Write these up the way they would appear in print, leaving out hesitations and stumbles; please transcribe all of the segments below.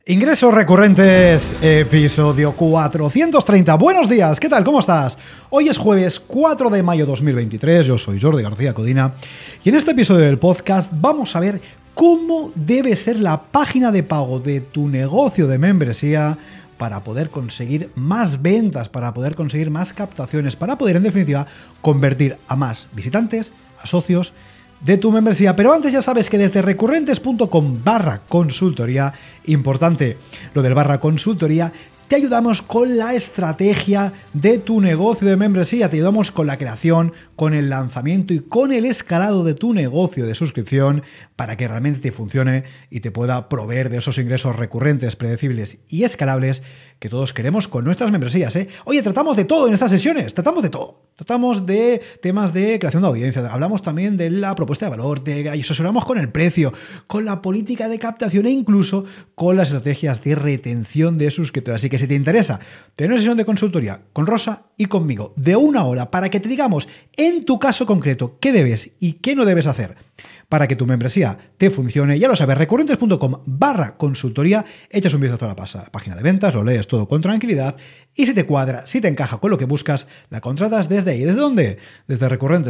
Ingresos recurrentes, episodio 430. Buenos días, ¿qué tal? ¿Cómo estás? Hoy es jueves 4 de mayo de 2023, yo soy Jordi García Codina y en este episodio del podcast vamos a ver cómo debe ser la página de pago de tu negocio de membresía para poder conseguir más ventas, para poder conseguir más captaciones, para poder en definitiva convertir a más visitantes, a socios de tu membresía. Pero antes ya sabes que desde recurrentes.com/consultoría, importante lo del /consultoría, te ayudamos con la estrategia de tu negocio de membresía, te ayudamos con la creación, con el lanzamiento y con el escalado de tu negocio de suscripción para que realmente te funcione y te pueda proveer de esos ingresos recurrentes, predecibles y escalables que todos queremos con nuestras membresías, ¿eh? Oye, tratamos de todo en estas sesiones, tratamos de todo. Tratamos de temas de creación de audiencia, hablamos también de la propuesta de valor, y asesoramos con el precio, con la política de captación e incluso con las estrategias de retención de suscriptores. Así que si te interesa tener una sesión de consultoría con Rosa y conmigo de 1 hora para que te digamos en tu caso concreto qué debes y qué no debes hacer para que tu membresía te funcione, ya lo sabes, recurrentes.com/consultoría, echas un vistazo a la página de ventas, lo lees todo con tranquilidad y si te cuadra, si te encaja con lo que buscas, la contratas desde ahí. ¿Desde dónde? Desde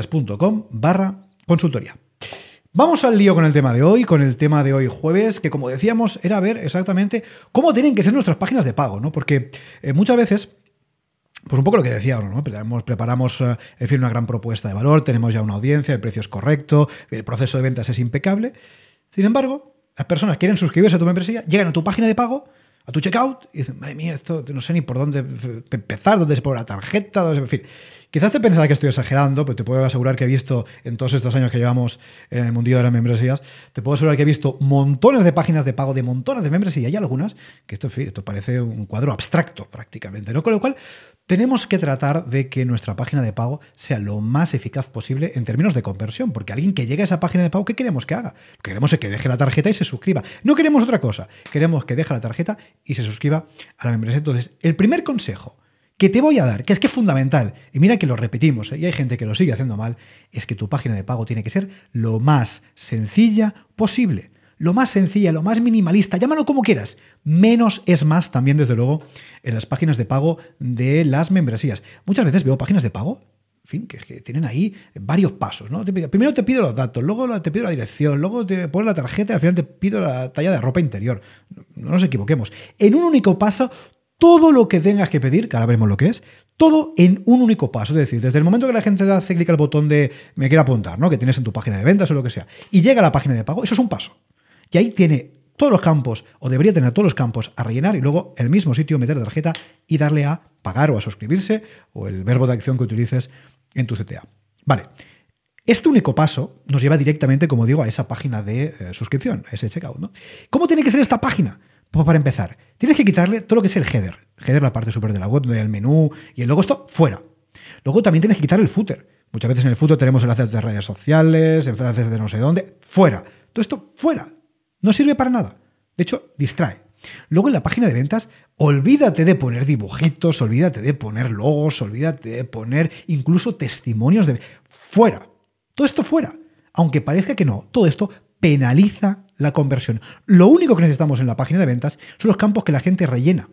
recurrentes.com/consultoría. Vamos al lío con el tema de hoy, jueves, que como decíamos era ver exactamente cómo tienen que ser nuestras páginas de pago, ¿no? Porque muchas veces, pues un poco lo que decía ahora, ¿no? Preparamos una gran propuesta de valor, tenemos ya una audiencia, el precio es correcto, el proceso de ventas es impecable. Sin embargo, las personas quieren suscribirse a tu membresía, llegan a tu página de pago, a tu checkout, y dicen, madre mía, esto no sé ni por dónde empezar, dónde se pone la tarjeta, en fin. Quizás te pensarás que estoy exagerando, pero te puedo asegurar que he visto, en todos estos años que llevamos en el mundillo de las membresías, te puedo asegurar que he visto montones de páginas de pago de montones de membresías y algunas que esto parece un cuadro abstracto prácticamente, ¿no? Con lo cual, tenemos que tratar de que nuestra página de pago sea lo más eficaz posible en términos de conversión, porque alguien que llegue a esa página de pago, ¿qué queremos que haga? Lo que queremos es que deje la tarjeta y se suscriba. No queremos otra cosa, queremos que deje la tarjeta y se suscriba a la membresía. Entonces, el primer consejo que te voy a dar, que es fundamental, y mira que lo repetimos, y hay gente que lo sigue haciendo mal, es que tu página de pago tiene que ser lo más sencilla posible. Lo más sencilla, lo más minimalista, llámalo como quieras. Menos es más también, desde luego, en las páginas de pago de las membresías. Muchas veces veo páginas de pago, en fin, que tienen ahí varios pasos, ¿no? Primero te pido los datos, luego te pido la dirección, luego te pones la tarjeta y al final te pido la talla de ropa interior. No nos equivoquemos. En un único paso, todo lo que tengas que pedir, que ahora veremos lo que es, todo en un único paso. Es decir, desde el momento que la gente hace clic al botón de me quiero apuntar, ¿no? Que tienes en tu página de ventas o lo que sea, y llega a la página de pago, eso es un paso. Y ahí tiene todos los campos, o debería tener todos los campos a rellenar y luego en el mismo sitio meter la tarjeta y darle a pagar o a suscribirse o el verbo de acción que utilices en tu CTA. Vale. Este único paso nos lleva directamente, como digo, a esa página de suscripción, a ese checkout, ¿no? ¿Cómo tiene que ser esta página? Pues para empezar, tienes que quitarle todo lo que es el header. Header, la parte superior de la web, donde hay el menú y el logo, esto fuera. Luego también tienes que quitar el footer. Muchas veces en el footer tenemos enlaces de redes sociales, enlaces de no sé dónde, fuera. Todo esto fuera. No sirve para nada. De hecho, distrae. Luego en la página de ventas, olvídate de poner dibujitos, olvídate de poner logos, olvídate de poner incluso testimonios de... Fuera. Todo esto fuera. Aunque parezca que no, todo esto penaliza la conversión. Lo único que necesitamos en la página de ventas son los campos que la gente rellena.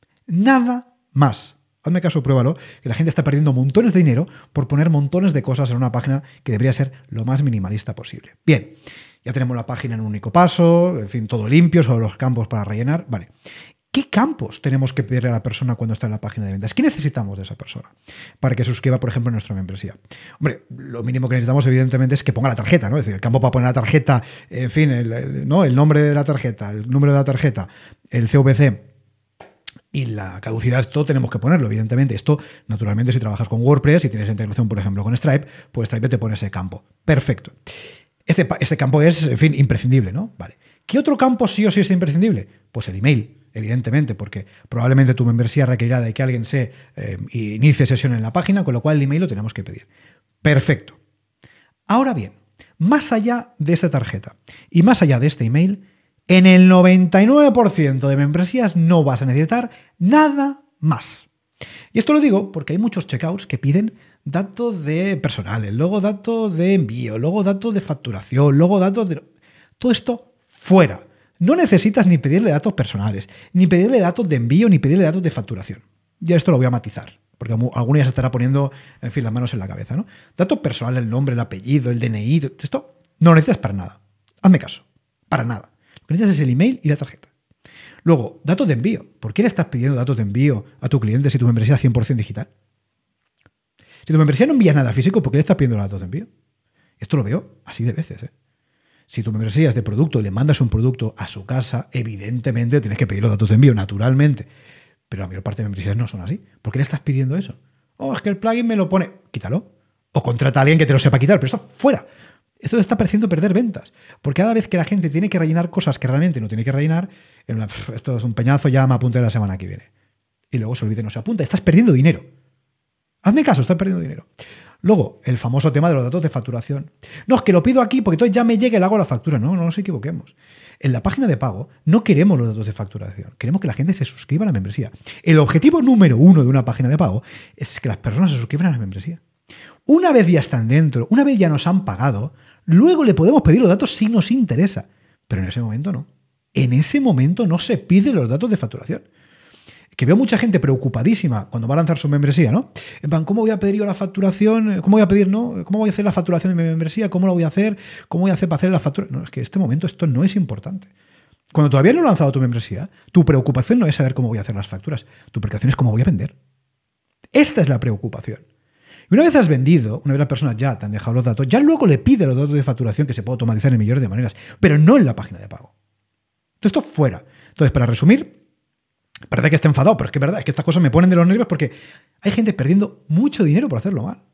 Nada más. Hazme caso, pruébalo, que la gente está perdiendo montones de dinero por poner montones de cosas en una página que debería ser lo más minimalista posible. Bien, ya tenemos la página en un único paso, en fin, todo limpio, solo los campos para rellenar. Vale. ¿Qué campos tenemos que pedirle a la persona cuando está en la página de ventas? ¿Qué necesitamos de esa persona para que suscriba, por ejemplo, nuestra membresía? Hombre, lo mínimo que necesitamos, evidentemente, es que ponga la tarjeta, ¿no? Es decir, el campo para poner la tarjeta, en fin, el nombre de la tarjeta, el número de la tarjeta, el CVC y la caducidad, esto tenemos que ponerlo, evidentemente. Esto, naturalmente, si trabajas con WordPress y tienes integración, por ejemplo, con Stripe, pues Stripe te pone ese campo. Perfecto. Este campo es, en fin, imprescindible, ¿no? Vale. ¿Qué otro campo sí o sí es imprescindible? Pues el email. Evidentemente, porque probablemente tu membresía requerirá de que alguien se inicie sesión en la página, con lo cual el email lo tenemos que pedir. Perfecto. Ahora bien, más allá de esta tarjeta y más allá de este email, en el 99% de membresías no vas a necesitar nada más. Y esto lo digo porque hay muchos checkouts que piden datos de personales, luego datos de envío, luego datos de facturación, luego datos de... Todo esto fuera. No necesitas ni pedirle datos personales, ni pedirle datos de envío, ni pedirle datos de facturación. Ya esto lo voy a matizar, porque alguno ya se estará poniendo, en fin, las manos en la cabeza, ¿no? Datos personales, el nombre, el apellido, el DNI, esto no lo necesitas para nada. Hazme caso, para nada. Lo que necesitas es el email y la tarjeta. Luego, datos de envío. ¿Por qué le estás pidiendo datos de envío a tu cliente si tu membresía es 100% digital? Si tu membresía no envía nada físico, ¿por qué le estás pidiendo los datos de envío? Esto lo veo así de veces, ¿eh? Si tu membresía es de producto y le mandas un producto a su casa, evidentemente tienes que pedir los datos de envío, naturalmente. Pero la mayor parte de membresías no son así. ¿Por qué le estás pidiendo eso? Oh, es que el plugin me lo pone. Quítalo. O contrata a alguien que te lo sepa quitar, pero esto fuera. Esto te está pareciendo perder ventas. Porque cada vez que la gente tiene que rellenar cosas que realmente no tiene que rellenar, esto es un peñazo, ya me apunté la semana que viene. Y luego se olvida y no se apunta. Estás perdiendo dinero. Hazme caso, estás perdiendo dinero. Luego, el famoso tema de los datos de facturación. No, es que lo pido aquí porque entonces ya me llega y le hago la factura. No nos equivoquemos. En la página de pago no queremos los datos de facturación. Queremos que la gente se suscriba a la membresía. El objetivo número 1 de una página de pago es que las personas se suscriban a la membresía. Una vez ya están dentro, una vez ya nos han pagado, luego le podemos pedir los datos si nos interesa. Pero en ese momento no. En ese momento no se piden los datos de facturación. Que veo mucha gente preocupadísima cuando va a lanzar su membresía, ¿no? En plan, ¿cómo voy a pedir yo la facturación? ¿Cómo voy a pedir, no? ¿Cómo voy a hacer la facturación de mi membresía? ¿Cómo lo voy a hacer? ¿Cómo voy a hacer para hacer la factura? No, es que en este momento esto no es importante. Cuando todavía no has lanzado tu membresía, tu preocupación no es saber cómo voy a hacer las facturas. Tu preocupación es cómo voy a vender. Esta es la preocupación. Y una vez has vendido, una vez las personas ya te han dejado los datos, ya luego le pide los datos de facturación que se puede automatizar en millones de maneras, pero no en la página de pago. Entonces, esto fuera. Entonces, para resumir, parece que esté enfadado, pero es que es verdad, es que estas cosas me ponen de los nervios porque hay gente perdiendo mucho dinero por hacerlo mal.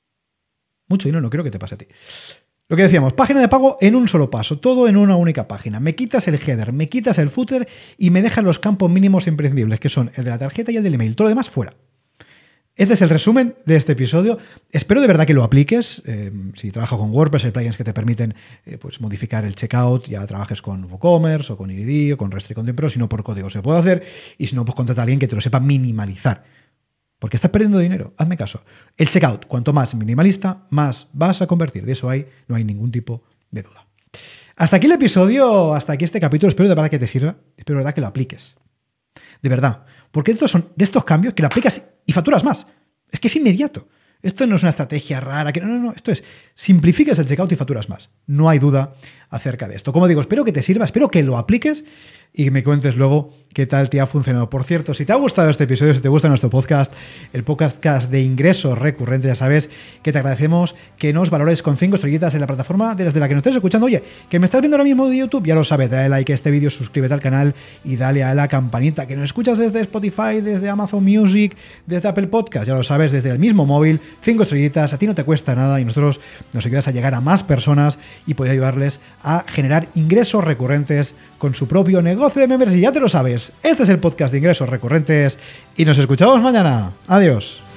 Mucho dinero, no creo que te pase a ti. Lo que decíamos, página de pago en un solo paso, todo en una única página. Me quitas el header, me quitas el footer y me dejas los campos mínimos imprescindibles, que son el de la tarjeta y el del email. Todo lo demás fuera. Este es el resumen de este episodio. Espero de verdad que lo apliques. Si trabajas con WordPress, hay plugins que te permiten pues modificar el checkout, ya trabajes con WooCommerce o con IDD o con Restrict Content Pro, si no por código se puede hacer, y si no, pues contrata a alguien que te lo sepa minimalizar. Porque estás perdiendo dinero. Hazme caso. El checkout, cuanto más minimalista, más vas a convertir. De eso no hay ningún tipo de duda. Hasta aquí el episodio, hasta aquí este capítulo. Espero de verdad que te sirva. Espero de verdad que lo apliques. De verdad. Porque estos son de estos cambios que lo aplicas y facturas más. Es que es inmediato. Esto no es una estrategia rara. No. Esto es, simplificas el checkout y facturas más. No hay duda acerca de esto. Como digo, espero que te sirva, espero que lo apliques y me cuentes luego qué tal te ha funcionado. Por cierto, si te ha gustado este episodio, si te gusta nuestro podcast, el podcast de ingresos recurrentes, ya sabes que te agradecemos que nos valores con 5 estrellitas en la plataforma desde la que nos estés escuchando. Oye, que me estás viendo ahora mismo de YouTube, ya lo sabes, dale like a este vídeo, suscríbete al canal y dale a la campanita. Que nos escuchas desde Spotify, desde Amazon Music, desde Apple Podcast, ya lo sabes, desde el mismo móvil, 5 estrellitas, a ti no te cuesta nada y nosotros nos ayudas a llegar a más personas y poder ayudarles a generar ingresos recurrentes con su propio negocio de membresía. Ya te lo sabes, este es el podcast de ingresos recurrentes y nos escuchamos mañana. Adiós.